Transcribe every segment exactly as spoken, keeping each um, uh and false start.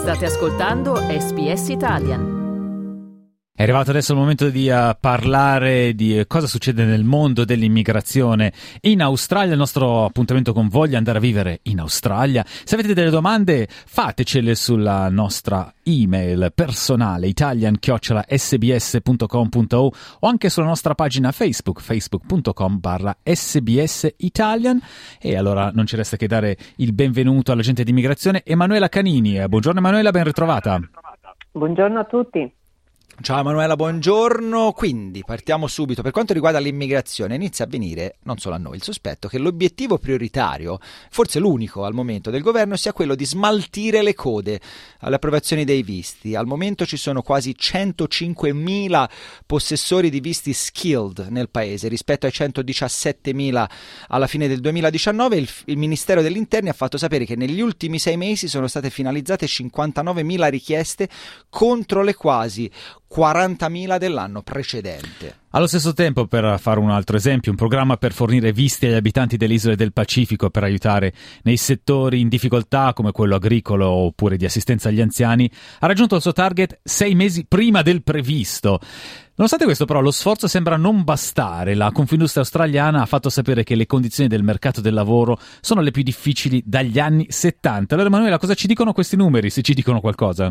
State ascoltando S B S Italian. È arrivato adesso il momento di uh, parlare di uh, cosa succede nel mondo dell'immigrazione in Australia. Il nostro appuntamento con Voglio andare a vivere in Australia. Se avete delle domande, fatecele sulla nostra email personale italian chiocciola s b s punto com punto a u o anche sulla nostra pagina Facebook, facebook punto com barra s b s italian. E allora non ci resta che dare il benvenuto all'agente di immigrazione Emanuela Canini. Buongiorno Emanuela, ben ritrovata. Buongiorno a tutti. Ciao Emanuela, buongiorno. Quindi partiamo subito. Per quanto riguarda l'immigrazione, inizia a venire, non solo a noi, il sospetto che l'obiettivo prioritario, forse l'unico al momento del governo, sia quello di smaltire le code alle approvazioni dei visti. Al momento ci sono quasi centocinquemila possessori di visti skilled nel paese rispetto ai centodiciassettemila alla fine del duemiladiciannove. Il, il Ministero degli Interni ha fatto sapere che negli ultimi sei mesi sono state finalizzate cinquantanovemila richieste contro le quasi quarantamila dell'anno precedente. Allo stesso tempo, per fare un altro esempio, un programma per fornire visti agli abitanti delle isole del Pacifico per aiutare nei settori in difficoltà come quello agricolo oppure di assistenza agli anziani ha raggiunto il suo target sei mesi prima del previsto. Nonostante questo, però, lo sforzo sembra non bastare. La Confindustria australiana ha fatto sapere che le condizioni del mercato del lavoro sono le più difficili dagli anni settanta. Allora, Emanuela, cosa ci dicono questi numeri, se ci dicono qualcosa?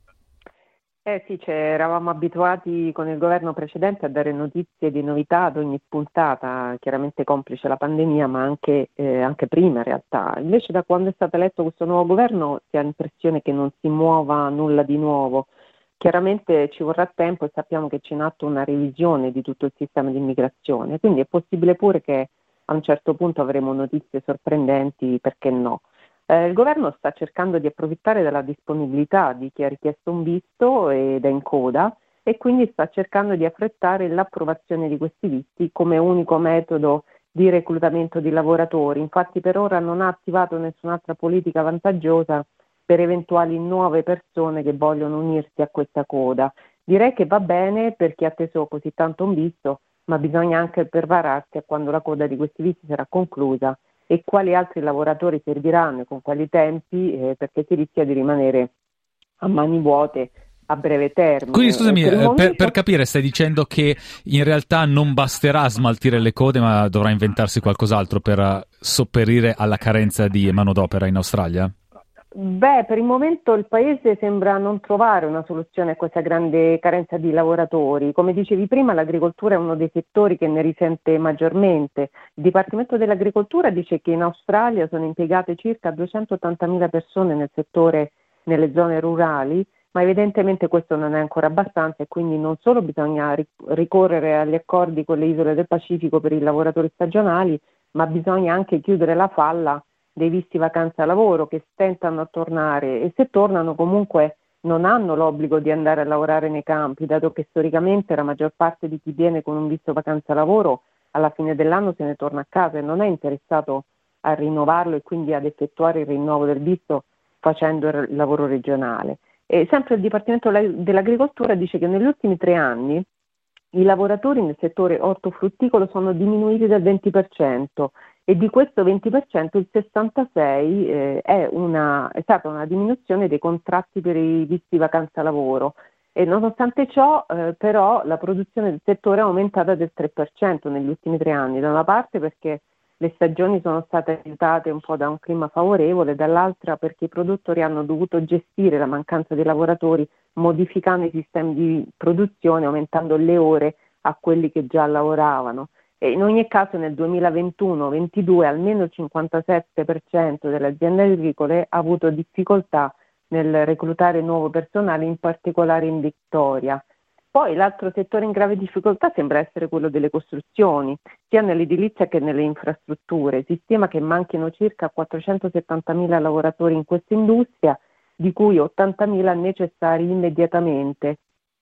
Eh sì, cioè, eravamo abituati con il governo precedente a dare notizie di novità ad ogni puntata, chiaramente complice la pandemia, ma anche, eh, anche prima in realtà. Invece da quando è stato eletto questo nuovo governo si ha l'impressione che non si muova nulla di nuovo. Chiaramente ci vorrà tempo e sappiamo che c'è in atto una revisione di tutto il sistema di immigrazione, quindi è possibile pure che a un certo punto avremo notizie sorprendenti, perché no? Eh, il governo sta cercando di approfittare della disponibilità di chi ha richiesto un visto ed è in coda e quindi sta cercando di affrettare l'approvazione di questi visti come unico metodo di reclutamento di lavoratori. Infatti per ora non ha attivato nessun'altra politica vantaggiosa per eventuali nuove persone che vogliono unirsi a questa coda. Direi che va bene per chi ha atteso così tanto un visto, ma bisogna anche prepararsi a quando la coda di questi visti sarà conclusa e quali altri lavoratori serviranno e con quali tempi, eh, perché si rischia di rimanere a mani vuote a breve termine. Quindi scusami, per, momento... per, per capire, stai dicendo che in realtà non basterà smaltire le code, ma dovrà inventarsi qualcos'altro per sopperire alla carenza di manodopera in Australia? Beh, per il momento il Paese sembra non trovare una soluzione a questa grande carenza di lavoratori. Come dicevi prima, l'agricoltura è uno dei settori che ne risente maggiormente. Il Dipartimento dell'Agricoltura dice che in Australia sono impiegate circa duecentottantamila persone nel settore, nelle zone rurali, ma evidentemente questo non è ancora abbastanza e quindi non solo bisogna ricorrere agli accordi con le isole del Pacifico per i lavoratori stagionali, ma bisogna anche chiudere la falla dei visti vacanza lavoro che stentano a tornare e se tornano comunque non hanno l'obbligo di andare a lavorare nei campi, dato che storicamente la maggior parte di chi viene con un visto vacanza lavoro alla fine dell'anno se ne torna a casa e non è interessato a rinnovarlo e quindi ad effettuare il rinnovo del visto facendo il lavoro regionale. E sempre il Dipartimento dell'Agricoltura dice che negli ultimi tre anni i lavoratori nel settore ortofrutticolo sono diminuiti del venti per cento e di questo venti per cento il sessantasei per cento eh, è, una, è stata una diminuzione dei contratti per i visti vacanza lavoro e nonostante ciò eh, però la produzione del settore è aumentata del tre per cento negli ultimi tre anni, da una parte perché le stagioni sono state aiutate un po' da un clima favorevole, dall'altra perché i produttori hanno dovuto gestire la mancanza di lavoratori modificando i sistemi di produzione, aumentando le ore a quelli che già lavoravano. E in ogni caso nel duemilaventuno ventidue almeno il cinquantasette per cento delle aziende agricole ha avuto difficoltà nel reclutare nuovo personale, in particolare in Victoria. Poi l'altro settore in grave difficoltà sembra essere quello delle costruzioni, sia nell'edilizia che nelle infrastrutture. Si stima che manchino circa quattrocentosettantamila lavoratori in questa industria, di cui ottantamila necessari immediatamente.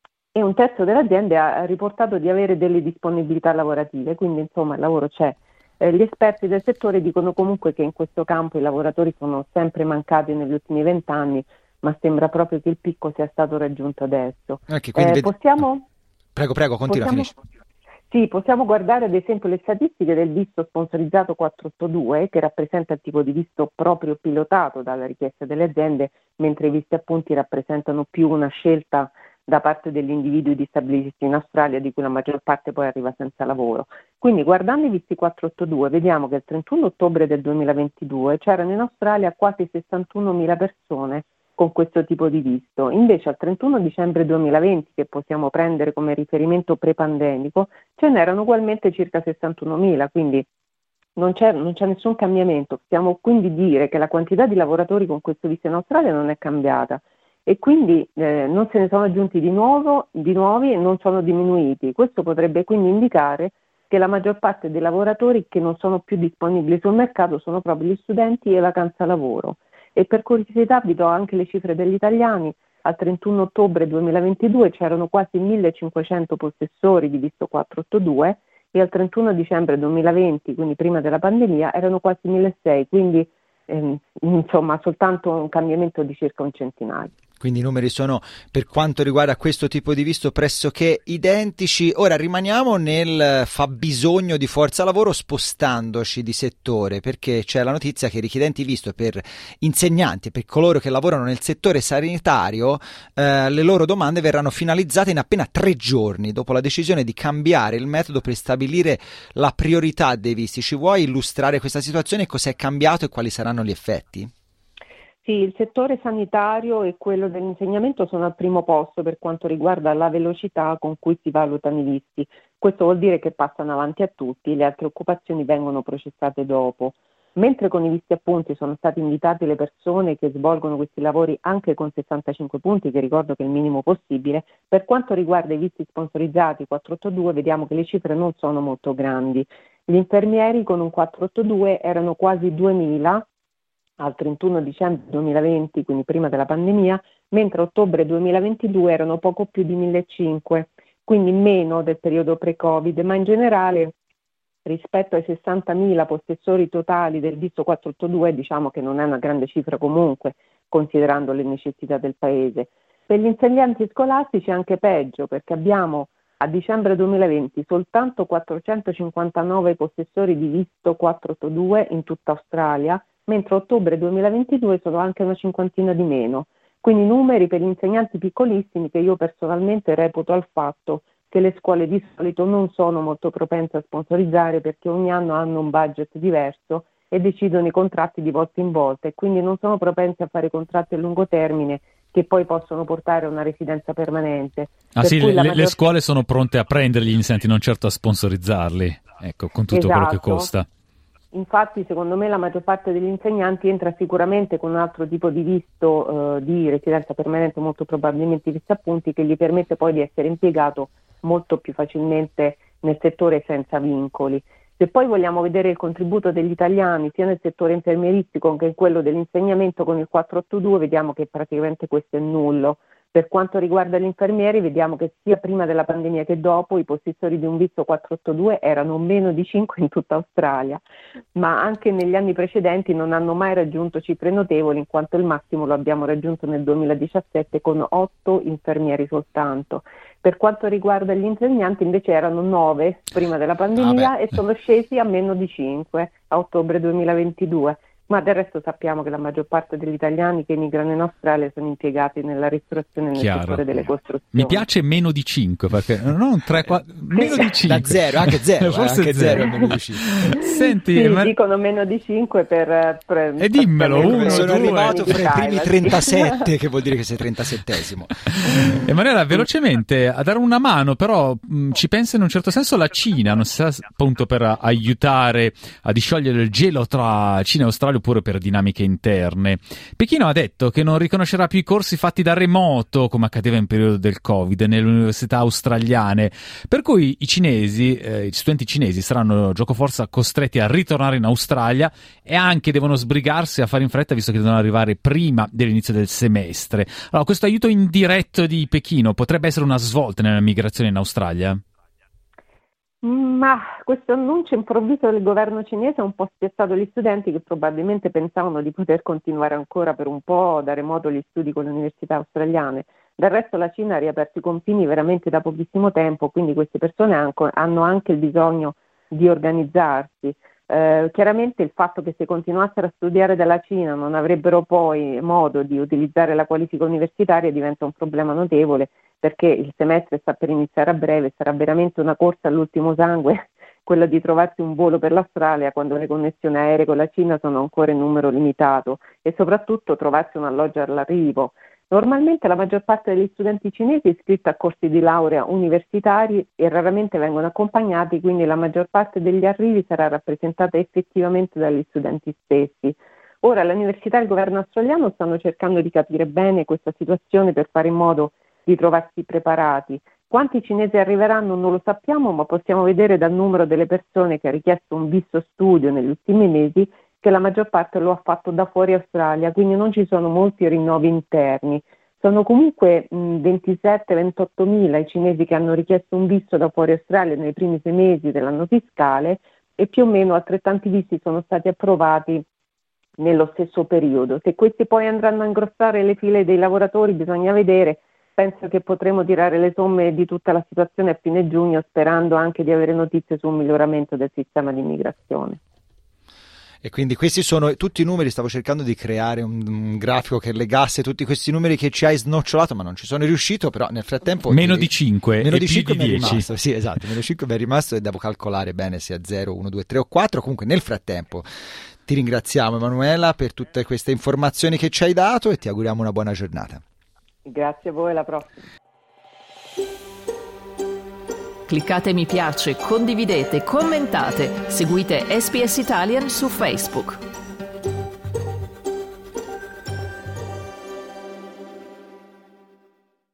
E un terzo delle aziende ha riportato di avere delle disponibilità lavorative, quindi insomma il lavoro c'è. Eh, gli esperti del settore dicono comunque che in questo campo i lavoratori sono sempre mancati negli ultimi vent'anni, ma sembra proprio che il picco sia stato raggiunto adesso. Okay, quindi eh, vedi... possiamo... Prego, prego, continua, possiamo... finisci. Sì, possiamo guardare ad esempio le statistiche del visto sponsorizzato quattrocentottantadue, che rappresenta il tipo di visto proprio pilotato dalla richiesta delle aziende, mentre i visti appunti rappresentano più una scelta da parte degli individui di stabilirsi in Australia, di cui la maggior parte poi arriva senza lavoro. Quindi guardando i visti quattrocentottantadue vediamo che il trentuno ottobre del duemilaventidue c'erano in Australia quasi sessantunomila persone con questo tipo di visto. Invece al trentuno dicembre duemilaventi, che possiamo prendere come riferimento pre-pandemico, ce n'erano ugualmente circa sessantunomila, quindi non c'è, non c'è nessun cambiamento. Possiamo quindi dire che la quantità di lavoratori con questo visto in Australia non è cambiata e quindi eh, non se ne sono aggiunti di nuovo, di nuovi e non sono diminuiti. Questo potrebbe quindi indicare che la maggior parte dei lavoratori che non sono più disponibili sul mercato sono proprio gli studenti e vacanza lavoro. E per curiosità vi do anche le cifre degli italiani. Al trentuno ottobre duemilaventidue c'erano quasi millecinquecento possessori di visto quattrocentottantadue e al trentuno dicembre duemilaventi, quindi prima della pandemia, erano quasi milleseicento, quindi ehm, insomma soltanto un cambiamento di circa un centinaio. Quindi i numeri sono, per quanto riguarda questo tipo di visto, pressoché identici. Ora rimaniamo nel fabbisogno di forza lavoro spostandoci di settore, perché c'è la notizia che i richiedenti visto per insegnanti e per coloro che lavorano nel settore sanitario, eh, le loro domande verranno finalizzate in appena tre giorni dopo la decisione di cambiare il metodo per stabilire la priorità dei visti. Ci vuoi illustrare questa situazione, cos'è cambiato e quali saranno gli effetti? Sì, il settore sanitario e quello dell'insegnamento sono al primo posto per quanto riguarda la velocità con cui si valutano i visti. Questo vuol dire che passano avanti a tutti, le altre occupazioni vengono processate dopo. Mentre con i visti appunti sono state invitate le persone che svolgono questi lavori anche con sessantacinque punti, che ricordo che è il minimo possibile, per quanto riguarda i visti sponsorizzati quattrocentottantadue vediamo che le cifre non sono molto grandi. Gli infermieri con un quattrocentottantadue erano quasi duemila al trentuno dicembre duemilaventi, quindi prima della pandemia, mentre a ottobre duemilaventidue erano poco più di millecinquecento, quindi meno del periodo pre-Covid, ma in generale rispetto ai sessantamila possessori totali del visto quattrocentottantadue diciamo che non è una grande cifra comunque, considerando le necessità del paese. Per gli insegnanti scolastici è anche peggio, perché abbiamo a dicembre duemilaventi soltanto quattrocentocinquantanove possessori di visto quattrocentottantadue in tutta Australia, mentre a ottobre duemilaventidue sono anche una cinquantina di meno. Quindi numeri per gli insegnanti piccolissimi che io personalmente reputo al fatto che le scuole di solito non sono molto propense a sponsorizzare perché ogni anno hanno un budget diverso e decidono i contratti di volta in volta e quindi non sono propense a fare contratti a lungo termine che poi possono portare a una residenza permanente. Ah per sì, cui le, maggior... le scuole sono pronte a prendere gli insegnanti, non certo a sponsorizzarli, ecco, con tutto esatto. quello che costa. Infatti, secondo me, la maggior parte degli insegnanti entra sicuramente con un altro tipo di visto eh, di residenza permanente, molto probabilmente visto appunti, che gli permette poi di essere impiegato molto più facilmente nel settore senza vincoli. Se poi vogliamo vedere il contributo degli italiani sia nel settore infermieristico che in quello dell'insegnamento con il quattrocentottantadue, vediamo che praticamente questo è nullo. Per quanto riguarda gli infermieri, vediamo che sia prima della pandemia che dopo i possessori di un visto quattrocentottantadue erano meno di cinque in tutta Australia, ma anche negli anni precedenti non hanno mai raggiunto cifre notevoli, in quanto il massimo lo abbiamo raggiunto nel duemiladiciassette con otto infermieri soltanto. Per quanto riguarda gli insegnanti invece erano nove prima della pandemia ah, e sono scesi a meno di cinque a ottobre duemilaventidue. Ma del resto sappiamo che la maggior parte degli italiani che emigrano in Australia sono impiegati nella ristorazione e nel Chiaro. settore delle costruzioni. Mi piace meno di cinque, perché non tre, quattro, meno di cinque. Da zero, anche zero, forse anche zero. zero, meno di cinque. Senti, sì, ma... dicono meno di cinque per... per e dimmelo, per uno, sono due. arrivato fra i primi trentasette, che vuol dire che sei trentasettesimo. Emanuela, velocemente, a dare una mano, però mh, ci pensa in un certo senso la Cina, non si sa appunto per aiutare a disciogliere il gelo tra Cina e Australia oppure per dinamiche interne. Pechino ha detto che non riconoscerà più i corsi fatti da remoto come accadeva in periodo del Covid nelle università australiane, per cui i cinesi, eh, gli studenti cinesi saranno giocoforza costretti a ritornare in Australia e anche devono sbrigarsi a fare in fretta visto che devono arrivare prima dell'inizio del semestre. Allora, questo aiuto indiretto di Pechino potrebbe essere una svolta nella migrazione in Australia? Ma questo annuncio improvviso del governo cinese ha un po' spiazzato gli studenti che probabilmente pensavano di poter continuare ancora per un po' da remoto gli studi con le università australiane. Del resto la Cina ha riaperto i confini veramente da pochissimo tempo, quindi queste persone hanno anche il bisogno di organizzarsi. Eh, chiaramente il fatto che se continuassero a studiare dalla Cina non avrebbero poi modo di utilizzare la qualifica universitaria diventa un problema notevole, perché il semestre sta per iniziare a breve, sarà veramente una corsa all'ultimo sangue quella di trovarsi un volo per l'Australia quando le connessioni aeree con la Cina sono ancora in numero limitato e soprattutto trovarsi un alloggio all'arrivo. Normalmente la maggior parte degli studenti cinesi è iscritta a corsi di laurea universitari e raramente vengono accompagnati, quindi la maggior parte degli arrivi sarà rappresentata effettivamente dagli studenti stessi. Ora l'università e il governo australiano stanno cercando di capire bene questa situazione per fare in modo di trovarsi preparati. Quanti cinesi arriveranno non lo sappiamo, ma possiamo vedere dal numero delle persone che ha richiesto un visto studio negli ultimi mesi che la maggior parte lo ha fatto da fuori Australia, quindi non ci sono molti rinnovi interni. Sono comunque ventisette ventotto mila i cinesi che hanno richiesto un visto da fuori Australia nei primi sei mesi dell'anno fiscale e più o meno altrettanti visti sono stati approvati nello stesso periodo. Se questi poi andranno a ingrossare le file dei lavoratori bisogna vedere. Penso che potremo tirare le somme di tutta la situazione a fine giugno, sperando anche di avere notizie su un miglioramento del sistema di immigrazione. E quindi questi sono tutti i numeri, stavo cercando di creare un, un grafico che legasse tutti questi numeri che ci hai snocciolato, ma non ci sono riuscito, però nel frattempo... Meno di cinque meno e di più cinque di mi è dieci. rimasto, sì esatto, meno di cinque mi è rimasto e devo calcolare bene se è zero, uno, due, tre o quattro, comunque nel frattempo ti ringraziamo Emanuela per tutte queste informazioni che ci hai dato e ti auguriamo una buona giornata. Grazie a voi, alla prossima. Cliccate mi piace, condividete, commentate, seguite S B S Italian su Facebook.